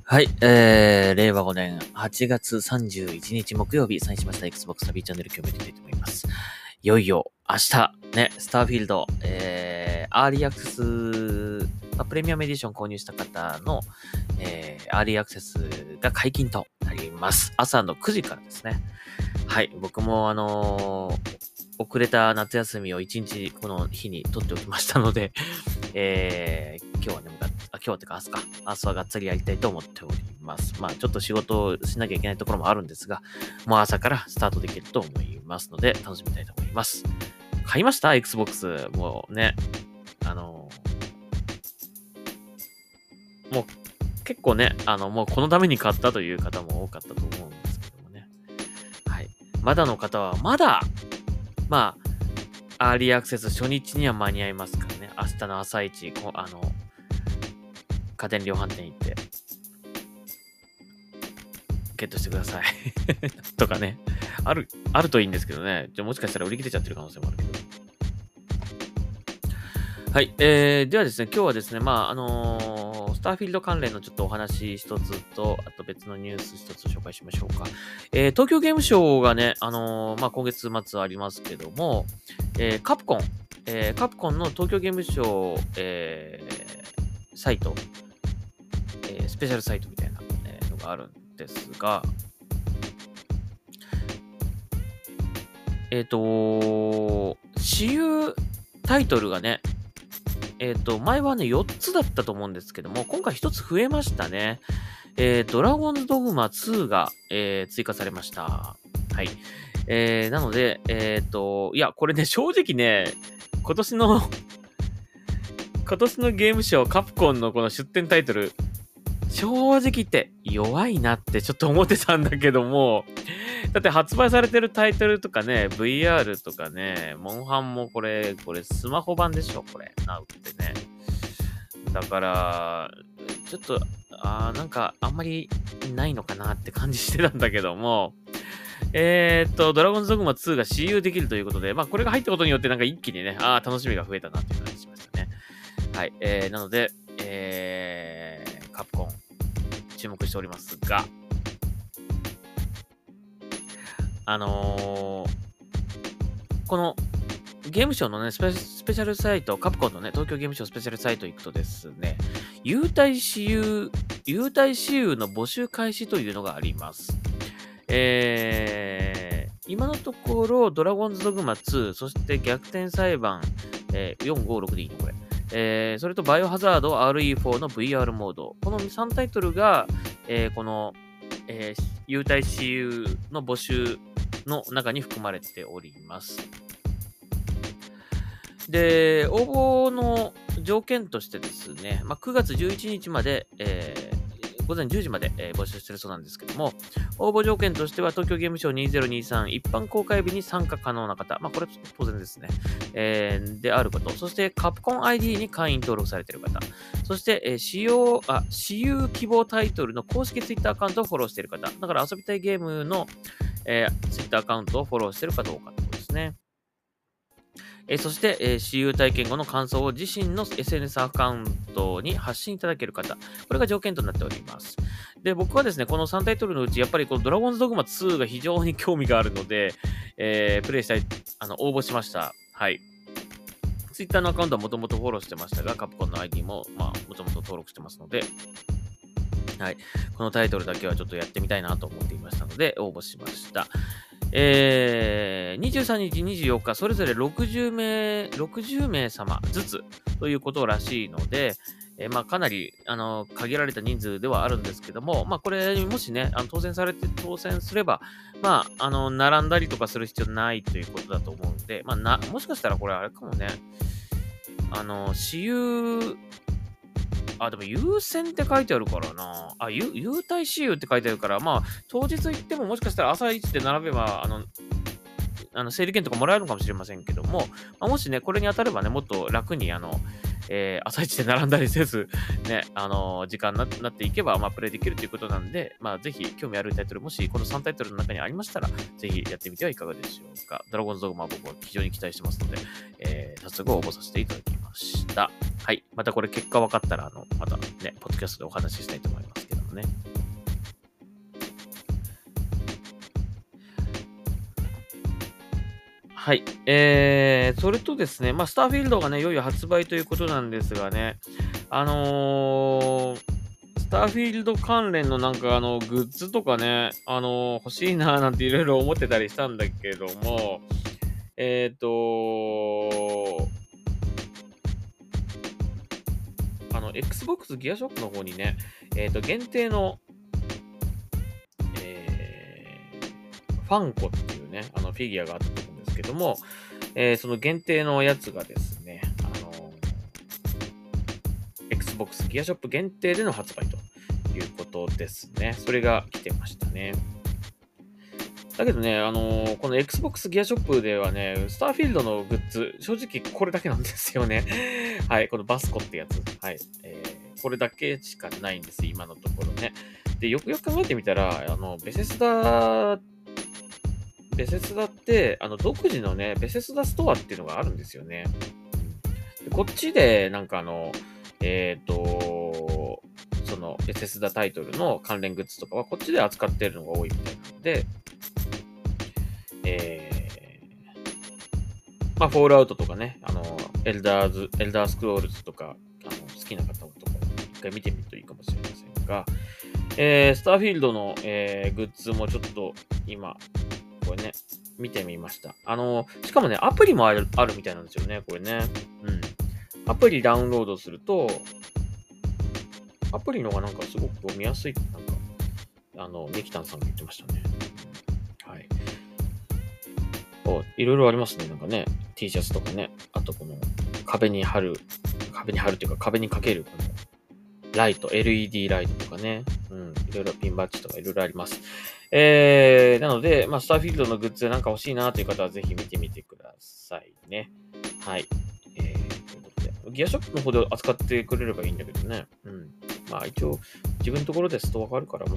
はい、令和5年8月31日木曜日、サインしました Xbox の B チャンネル今日見ていきたいと思います。いよいよ明日、ね、スターフィールド、アーリーアクセス、プレミアムエディション購入した方の、アーリーアクセスが解禁となります。朝の9時からですね。はい、僕も遅れた夏休みを1日この日に取っておきましたので、今日はね、今日ってか明日はがっつりやりたいと思っております。ちょっと仕事をしなきゃいけないところもあるんですが、もう朝からスタートできると思いますので、楽しみたいと思います。買いました ?Xbox。もうね、もう結構ね、もうこのために買ったという方も多かったと思うんですけどもね。はい。まだの方は、アーリーアクセス初日には間に合いますからね。明日の朝一、家電量販店行って、ゲットしてください。とかね。あるといいんですけどね。もしかしたら売り切れちゃってる可能性もあるけど。はい。ではですね、今日はですね、スターフィールド関連のちょっとお話一つと、あと別のニュース一つ紹介しましょうか。東京ゲームショウがね、今月末ありますけども、カプコンの東京ゲームショウ、サイト、スペシャルサイトみたいなのがあるんですが、私有タイトルがね、前はね、4つだったと思うんですけども、今回1つ増えましたね。ドラゴンズドグマ2が、追加されました。はい。なので、いや、これね、正直ね、今年のゲームショー、カプコンのこの出展タイトル、正直言って弱いなってちょっと思ってたんだけども、だって発売されてるタイトルとかね、VR とかね、モンハンもこれスマホ版でしょ、これ。ナウってね。だから、ちょっと、なんかあんまりないのかなって感じしてたんだけども、ドラゴンズドグマ2が私有できるということで、これが入ったことによってなんか一気にね、楽しみが増えたなっていう感じしましたね。はい。なので、カプコン、注目しておりますが、このゲームショーのね、スペシャルサイト、カプコンのね、東京ゲームショースペシャルサイト行くとですね、優待私有の募集開始というのがあります。今のところ、ドラゴンズドグマ2、そして逆転裁判、4、5、6でいいのこれ。それとバイオハザード RE4 の VR モード。この3タイトルが、この、優待私有の募集の中に含まれております。で、応募の条件としてですね、9月11日まで、午前10時まで、募集しているそうなんですけども、応募条件としては東京ゲームショウ2023一般公開日に参加可能な方、これは当然ですね、であること、そしてカプコン ID に会員登録されている方、そして、私有希望タイトルの公式 Twitter アカウントをフォローしている方、だから遊びたいゲームの、Twitter アカウントをフォローしているかどうかということですね。そして、私有体験後の感想を自身の SNS アカウントに発信いただける方。これが条件となっております。で、僕はですね、この3タイトルのうち、やっぱりこのドラゴンズドグマ2が非常に興味があるので、プレイしたい、応募しました。はい。Twitter のアカウントはもともとフォローしてましたが、カプコンの ID も、もともと登録してますので、はい。このタイトルだけはちょっとやってみたいなと思っていましたので、応募しました。23日、24日、それぞれ60名様ずつということらしいので、かなり、限られた人数ではあるんですけども、これ、もしね、当選すれば、並んだりとかする必要ないということだと思うので、もしかしたらこれあれかもね、私有、でも優先って書いてあるからな。優待私有って書いてあるから、当日行ってももしかしたら朝一で並べば、整理券とかもらえるのかもしれませんけども、もしね、これに当たればね、もっと楽に、朝一で並んだりせず、ね、時間になっていけば、プレイできるということなんで、ぜひ、興味あるタイトル、もし、この3タイトルの中にありましたら、ぜひやってみてはいかがでしょうか。ドラゴンズドグマは僕は非常に期待してますので、早速応募させていただきました。はい。またこれ結果分かったら、またね、ポッドキャストでお話ししたいと思いますけども。 どね。はい。それとですね、スターフィールドがね、いよいよ発売ということなんですがね、スターフィールド関連のグッズとかね、欲しいなーなんていろいろ思ってたりしたんだけども、Xbox ギアショップの方にね、限定の、ファンコっていうね、フィギュアがあったと思うんですけども、その限定のやつがですね、Xbox ギアショップ限定での発売ということですね。それが来てましたね。だけどね、この Xbox ギアショップではね、スターフィールドのグッズ、正直これだけなんですよね。はい、このバスコってやつ。はい。これだけしかないんです、今のところね。で、よくよく考えてみたら、ベセスダって、独自のね、ベセスダストアっていうのがあるんですよね。でこっちで、そのベセスダタイトルの関連グッズとかは、こっちで扱っているのが多いみたいなので、フォールアウトとかね、エルダースクロールズとか、好きな方とか、一回見てみるといいかもしれませんが、スターフィールドの、グッズもちょっと今、これね、見てみました。しかもね、アプリもあるみたいなんですよね、これね。うん。アプリダウンロードすると、アプリのがすごく見やすい、ミキタンさんが言ってましたね。はい。いろいろありますね。T シャツとかね。あとこの壁に貼るというか壁にかけるこのライト、LED ライトとかね。いろいろピンバッジとかいろいろあります。なので、スターフィールドのグッズ欲しいなという方はぜひ見てみてくださいね。はい。ということで、ギアショップの方で扱ってくれればいいんだけどね。一応自分のところでストアがあるから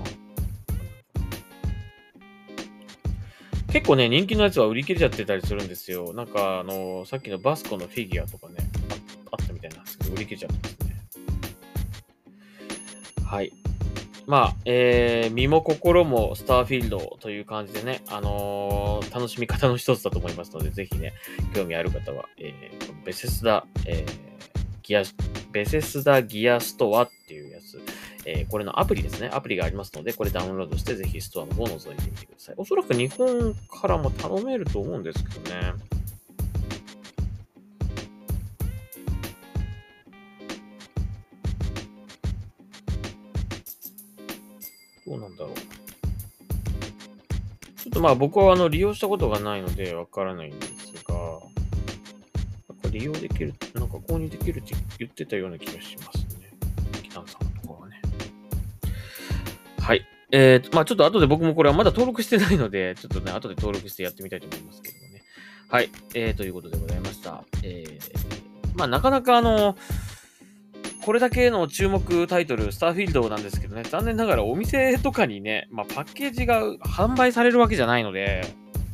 結構ね、人気のやつは売り切れちゃってたりするんですよ。さっきのバスコのフィギュアとかね、あったみたいなんですけど、売り切れちゃってますね。はい。身も心もスターフィールドという感じでね、楽しみ方の一つだと思いますので、ぜひね、興味ある方は、ベセスダギアストアっていうやつ、これのアプリですね。アプリがありますので、これダウンロードして、ぜひストアの方を覗いてみてください。おそらく日本からも頼めると思うんですけどね。どうなんだろう。ちょっと僕は利用したことがないのでわからないんですが、利用できる、購入できるって言ってたような気がしますね。キタンさんのところはね。はい。ちょっと後で僕もこれはまだ登録してないので、ちょっとね、後で登録してやってみたいと思いますけどもね。はい。ということでございました。なかなかこれだけの注目タイトル、スターフィールドなんですけどね、残念ながらお店とかにね、パッケージが販売されるわけじゃないので、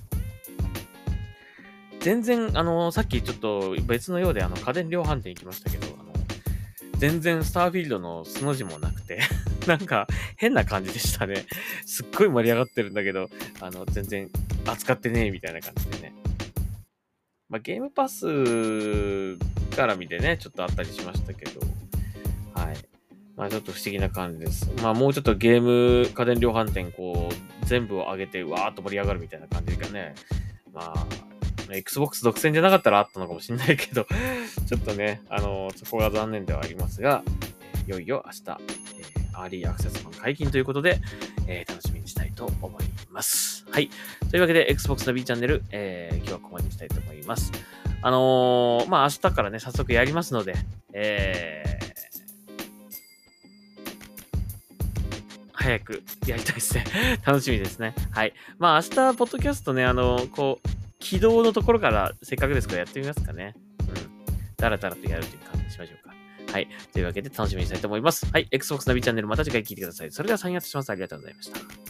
全然、さっきちょっと別のようで、家電量販店行きましたけど、全然スターフィールドの素の字もなくて、変な感じでしたね。すっごい盛り上がってるんだけど、全然扱ってねえみたいな感じでね。ゲームパスから見てね、ちょっとあったりしましたけど、はい。ちょっと不思議な感じです。もうちょっとゲーム家電量販店、全部を上げて、わーっと盛り上がるみたいな感じがね、Xbox 独占じゃなかったらあったのかもしれないけど、ちょっとね、そこが残念ではありますが、いよいよ明日、アーリーアクセス版解禁ということで、楽しみにしたいと思います。はい。というわけで、Xbox の B チャンネル、今日はここまでにしたいと思います。明日からね、早速やりますので、早くやりたいですね。楽しみですね。はい。明日、ポッドキャストね、起動のところからせっかくですからやってみますかね。だらだらとやるという感じにしましょうか。はい。というわけで楽しみにしたいと思います。はい。Xbox ナビチャンネルまた次回聞いてください。それではサインアウトします。ありがとうございました。